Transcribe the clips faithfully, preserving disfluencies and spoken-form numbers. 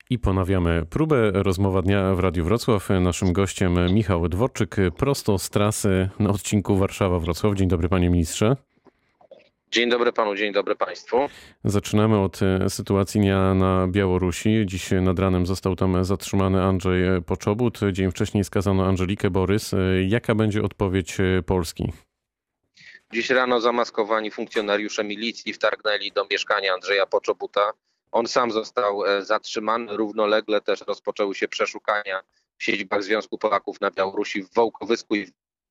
I ponawiamy próbę. Rozmowa dnia w Radiu Wrocław. Naszym gościem Michał Dworczyk, prosto z trasy na odcinku Warszawa-Wrocław. Dzień dobry, panie ministrze. Dzień dobry panu, dzień dobry państwu. Zaczynamy od sytuacji na Białorusi. Dziś nad ranem został tam zatrzymany Andrzej Poczobut. Dzień wcześniej skazano Andżelikę Borys. Jaka będzie odpowiedź Polski? Dziś rano zamaskowani funkcjonariusze milicji wtargnęli do mieszkania Andrzeja Poczobuta. On sam został zatrzymany. Równolegle też rozpoczęły się przeszukania w siedzibach Związku Polaków na Białorusi w Wołkowysku i w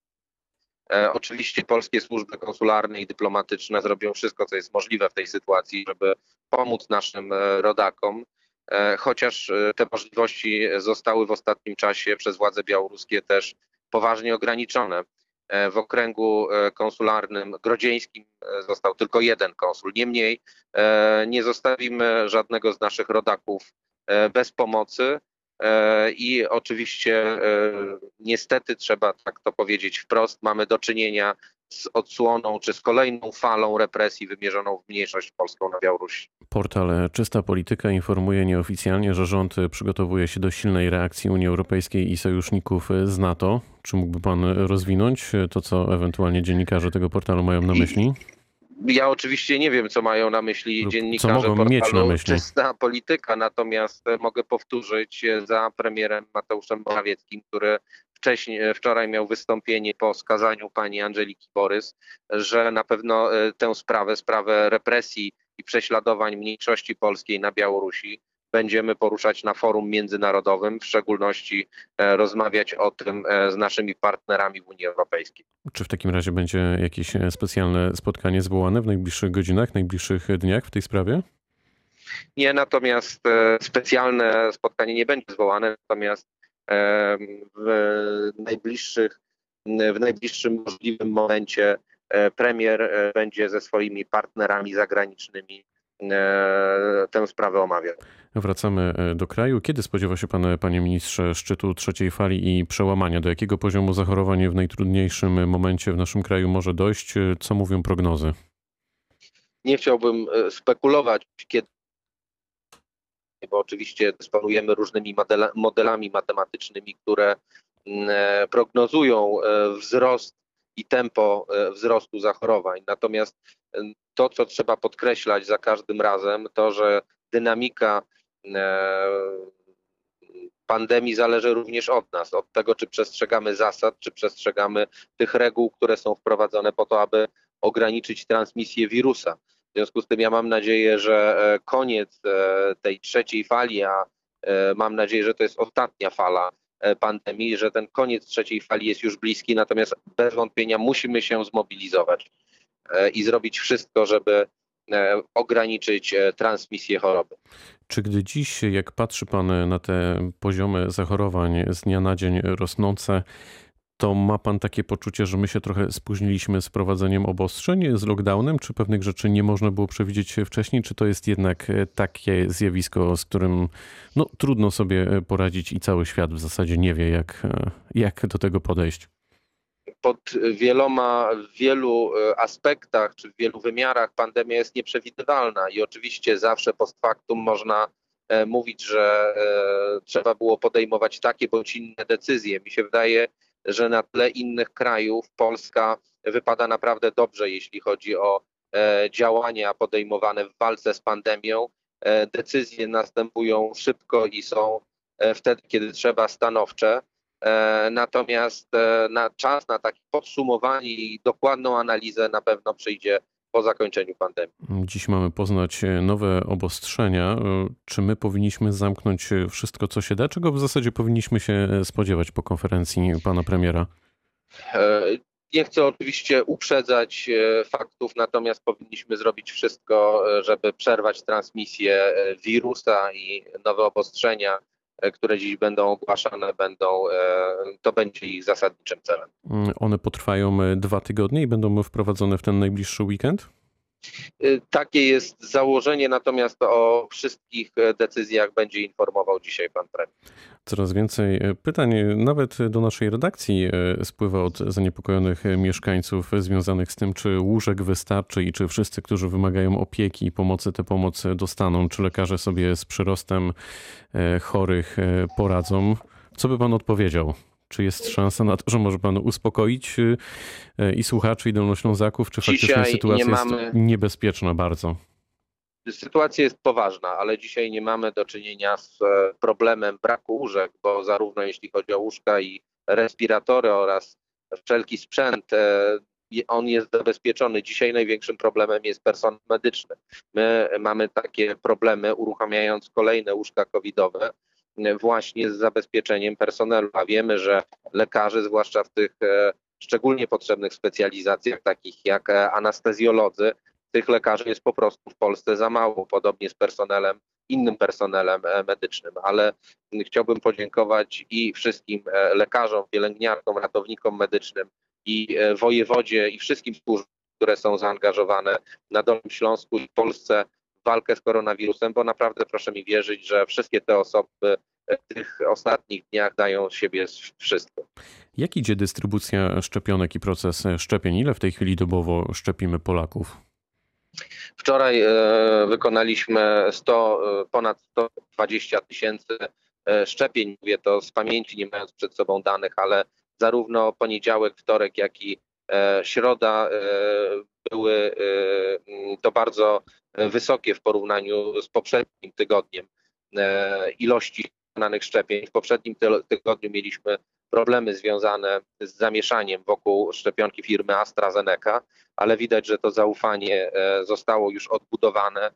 E, oczywiście polskie służby konsularne i dyplomatyczne zrobią wszystko, co jest możliwe w tej sytuacji, żeby pomóc naszym e, rodakom, e, chociaż e, te możliwości zostały w ostatnim czasie przez władze białoruskie też poważnie ograniczone. E, w okręgu e, konsularnym grodzieńskim e, został tylko jeden konsul. Niemniej e, nie zostawimy żadnego z naszych rodaków e, bez pomocy. I oczywiście niestety trzeba tak to powiedzieć wprost, mamy do czynienia z odsłoną czy z kolejną falą represji wymierzoną w mniejszość polską na Białorusi. Portal Czysta Polityka informuje nieoficjalnie, że rząd przygotowuje się do silnej reakcji Unii Europejskiej i sojuszników z NATO. Czy mógłby pan rozwinąć to, co ewentualnie dziennikarze tego portalu mają na myśli? Ja oczywiście nie wiem, co mają na myśli Lub dziennikarze co mogą portalu mieć na myśli. Czysta Polityka, natomiast mogę powtórzyć za premierem Mateuszem Morawieckim, który wcześniej, wczoraj miał wystąpienie po skazaniu pani Andżeliki Borys, że na pewno tę sprawę, sprawę represji i prześladowań mniejszości polskiej na Białorusi będziemy poruszać na forum międzynarodowym, w szczególności rozmawiać o tym z naszymi partnerami w Unii Europejskiej. Czy w takim razie będzie jakieś specjalne spotkanie zwołane w najbliższych godzinach, najbliższych dniach w tej sprawie? Nie, natomiast specjalne spotkanie nie będzie zwołane, natomiast w najbliższych, w najbliższym możliwym momencie premier będzie ze swoimi partnerami zagranicznymi tę sprawę omawiał. Wracamy do kraju. Kiedy spodziewa się pan, panie ministrze, szczytu trzeciej fali i przełamania? Do jakiego poziomu zachorowań w najtrudniejszym momencie w naszym kraju może dojść? Co mówią prognozy? Nie chciałbym spekulować, kiedy, bo oczywiście dysponujemy różnymi modela, modelami matematycznymi, które prognozują wzrost i tempo wzrostu zachorowań. Natomiast to, co trzeba podkreślać za każdym razem, to, że dynamika pandemii zależy również od nas, od tego, czy przestrzegamy zasad, czy przestrzegamy tych reguł, które są wprowadzone po to, aby ograniczyć transmisję wirusa. W związku z tym ja mam nadzieję, że koniec tej trzeciej fali, a mam nadzieję, że to jest ostatnia fala pandemii, że ten koniec trzeciej fali jest już bliski, natomiast bez wątpienia musimy się zmobilizować i zrobić wszystko, żeby ograniczyć transmisję choroby. Czy gdy dziś, jak patrzy pan na te poziomy zachorowań z dnia na dzień rosnące, to ma pan takie poczucie, że my się trochę spóźniliśmy z wprowadzeniem obostrzeń, z lockdownem, czy pewnych rzeczy nie można było przewidzieć wcześniej, czy to jest jednak takie zjawisko, z którym no, trudno sobie poradzić i cały świat w zasadzie nie wie, jak, jak do tego podejść? Pod wieloma, w wielu aspektach czy w wielu wymiarach pandemia jest nieprzewidywalna i oczywiście zawsze post factum można mówić, że trzeba było podejmować takie bądź inne decyzje. Mi się wydaje, że na tle innych krajów Polska wypada naprawdę dobrze, jeśli chodzi o działania podejmowane w walce z pandemią. Decyzje następują szybko i są wtedy, kiedy trzeba, stanowcze. Natomiast na czas na takie podsumowanie i dokładną analizę na pewno przyjdzie po zakończeniu pandemii. Dziś mamy poznać nowe obostrzenia. Czy my powinniśmy zamknąć wszystko, co się da? Czego w zasadzie powinniśmy się spodziewać po konferencji pana premiera? Nie chcę oczywiście uprzedzać faktów, natomiast powinniśmy zrobić wszystko, żeby przerwać transmisję wirusa i nowe obostrzenia, które dziś będą ogłaszane, będą, to będzie ich zasadniczym celem. One potrwają dwa tygodnie i będą wprowadzone w ten najbliższy weekend? Takie jest założenie, natomiast o wszystkich decyzjach będzie informował dzisiaj pan premier. Coraz więcej pytań, nawet do naszej redakcji, spływa od zaniepokojonych mieszkańców związanych z tym, czy łóżek wystarczy i czy wszyscy, którzy wymagają opieki i pomocy, tę pomoc dostaną, czy lekarze sobie z przyrostem chorych poradzą. Co by pan odpowiedział? Czy jest szansa na to, że może pan uspokoić i słuchaczy, i Dolnoślązaków, czy faktycznie Dzisiaj sytuacja nie jest mamy... niebezpieczna bardzo? Sytuacja jest poważna, ale dzisiaj nie mamy do czynienia z problemem braku łóżek, bo zarówno jeśli chodzi o łóżka i respiratory oraz wszelki sprzęt, on jest zabezpieczony. Dzisiaj największym problemem jest personel medyczny. My mamy takie problemy, uruchamiając kolejne łóżka covidowe, właśnie z zabezpieczeniem personelu, a wiemy, że lekarzy, zwłaszcza w tych szczególnie potrzebnych specjalizacjach, takich jak anestezjolodzy, tych lekarzy jest po prostu w Polsce za mało, podobnie z personelem, innym personelem medycznym, ale chciałbym podziękować i wszystkim lekarzom, pielęgniarkom, ratownikom medycznym i wojewodzie i wszystkim służbom, które są zaangażowane na Dolnym Śląsku i w Polsce w walkę z koronawirusem, bo naprawdę proszę mi wierzyć, że wszystkie te osoby w tych ostatnich dniach dają z siebie wszystko. Jak idzie dystrybucja szczepionek i proces szczepień? Ile w tej chwili dobowo szczepimy Polaków? Wczoraj wykonaliśmy sto, ponad sto dwadzieścia tysięcy szczepień. Mówię to z pamięci, nie mając przed sobą danych, ale zarówno poniedziałek, wtorek, jak i środa były to bardzo wysokie w porównaniu z poprzednim tygodniem ilości wykonanych szczepień. W poprzednim tygodniu mieliśmy problemy związane z zamieszaniem wokół szczepionki firmy AstraZeneca, ale widać, że to zaufanie zostało już odbudowane.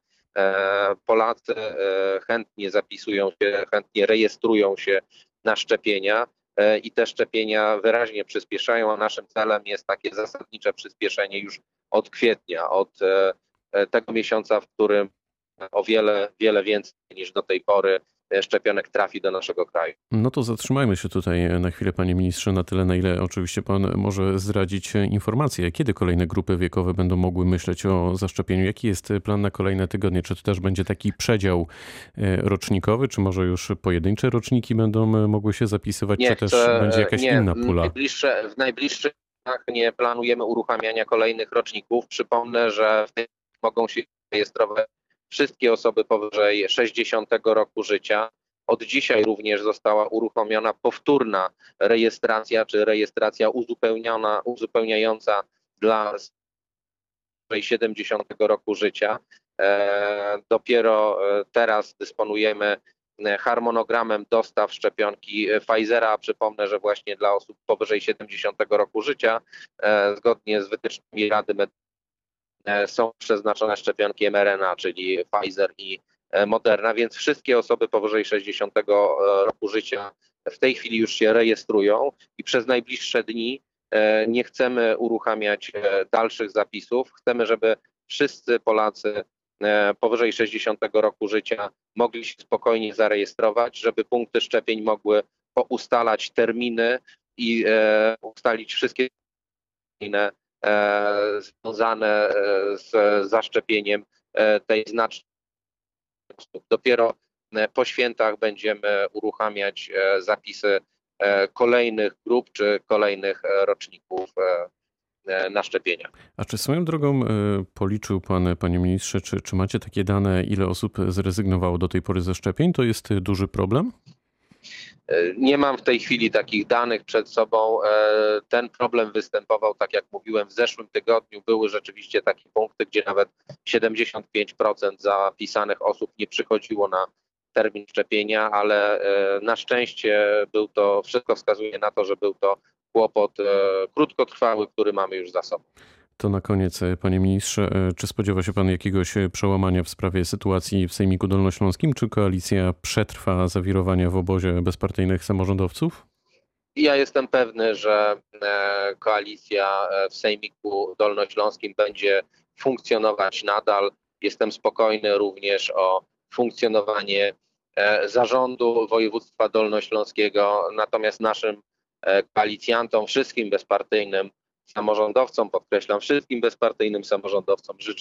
Polacy chętnie zapisują się, chętnie rejestrują się na szczepienia i te szczepienia wyraźnie przyspieszają, a naszym celem jest takie zasadnicze przyspieszenie już od kwietnia, od tego miesiąca, w którym o wiele, wiele więcej niż do tej pory szczepionek trafi do naszego kraju. No to zatrzymajmy się tutaj na chwilę, panie ministrze, na tyle, na ile oczywiście pan może zdradzić informacje. Kiedy kolejne grupy wiekowe będą mogły myśleć o zaszczepieniu? Jaki jest plan na kolejne tygodnie? Czy to też będzie taki przedział rocznikowy, czy może już pojedyncze roczniki będą mogły się zapisywać, nie czy chcę, też będzie jakaś nie, inna pula? Najbliższe, w najbliższych dniach nie planujemy uruchamiania kolejnych roczników. Przypomnę, że w tej chwili mogą się rejestrować wszystkie osoby powyżej sześćdziesiątego roku życia. Od dzisiaj również została uruchomiona powtórna rejestracja, czy rejestracja uzupełniona, uzupełniająca dla powyżej siedemdziesiątego roku życia. E, dopiero teraz dysponujemy harmonogramem dostaw szczepionki Pfizera. Przypomnę, że właśnie dla osób powyżej siedemdziesiątego roku życia, e, zgodnie z wytycznymi Rady Medycznej, są przeznaczone szczepionki em er en a, czyli Pfizer i Moderna, więc wszystkie osoby powyżej sześćdziesiątego roku życia w tej chwili już się rejestrują i przez najbliższe dni nie chcemy uruchamiać dalszych zapisów. Chcemy, żeby wszyscy Polacy powyżej sześćdziesiątego roku życia mogli się spokojnie zarejestrować, żeby punkty szczepień mogły ustalać terminy i ustalić wszystkie terminy związane z zaszczepieniem tej znacznej osób. Dopiero po świętach będziemy uruchamiać zapisy kolejnych grup czy kolejnych roczników na szczepienia. A czy swoją drogą policzył pan, panie ministrze, czy, czy macie takie dane, ile osób zrezygnowało do tej pory ze szczepień? To jest duży problem? Nie mam w tej chwili takich danych przed sobą. Ten problem występował, tak jak mówiłem, w zeszłym tygodniu. Były rzeczywiście takie punkty, gdzie nawet siedemdziesiąt pięć procent zapisanych osób nie przychodziło na termin szczepienia, ale na szczęście był to, wszystko wskazuje na to, że był to kłopot krótkotrwały, który mamy już za sobą. To na koniec, panie ministrze, czy spodziewa się pan jakiegoś przełamania w sprawie sytuacji w Sejmiku Dolnośląskim? Czy koalicja przetrwa zawirowania w obozie bezpartyjnych samorządowców? Ja jestem pewny, że koalicja w Sejmiku Dolnośląskim będzie funkcjonować nadal. Jestem spokojny również o funkcjonowanie zarządu województwa dolnośląskiego. Natomiast naszym koalicjantom, wszystkim bezpartyjnym samorządowcom, podkreślam, wszystkim bezpartyjnym samorządowcom życzę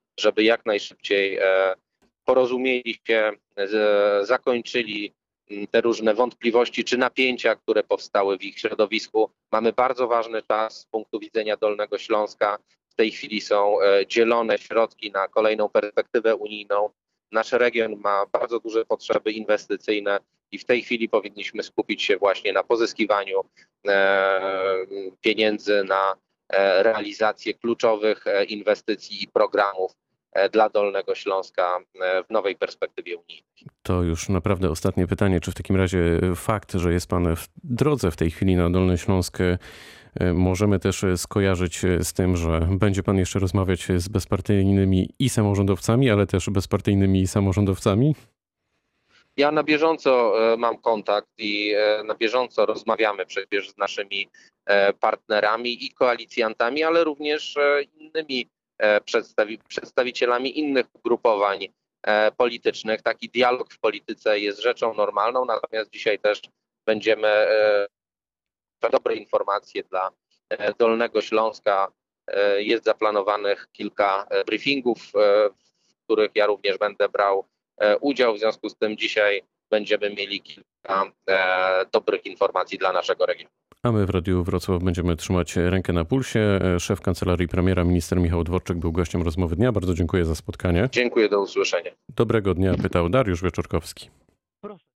żeby jak najszybciej porozumieli się, zakończyli te różne wątpliwości czy napięcia, które powstały w ich środowisku. Mamy bardzo ważny czas z punktu widzenia Dolnego Śląska. W tej chwili są dzielone środki na kolejną perspektywę unijną. Nasz region ma bardzo duże potrzeby inwestycyjne i w tej chwili powinniśmy skupić się właśnie na pozyskiwaniu pieniędzy na realizację kluczowych inwestycji i programów dla Dolnego Śląska w nowej perspektywie unijnej. To już naprawdę ostatnie pytanie. Czy w takim razie fakt, że jest pan w drodze w tej chwili na Dolny Śląsk, możemy też skojarzyć z tym, że będzie pan jeszcze rozmawiać z bezpartyjnymi i samorządowcami, ale też bezpartyjnymi samorządowcami? Ja na bieżąco mam kontakt i na bieżąco rozmawiamy przecież z naszymi partnerami i koalicjantami, ale również innymi przedstawi- przedstawicielami innych ugrupowań politycznych. Taki dialog w polityce jest rzeczą normalną, natomiast dzisiaj też będziemy dobre informacje dla Dolnego Śląska. Jest zaplanowanych kilka briefingów, w których ja również będę brał udział. W związku z tym dzisiaj będziemy mieli kilka dobrych informacji dla naszego regionu. A my w Radiu Wrocław będziemy trzymać rękę na pulsie. Szef Kancelarii Premiera, minister Michał Dworczyk był gościem Rozmowy Dnia. Bardzo dziękuję za spotkanie. Dziękuję, do usłyszenia. Dobrego dnia, pytał Dariusz Wieczorkowski.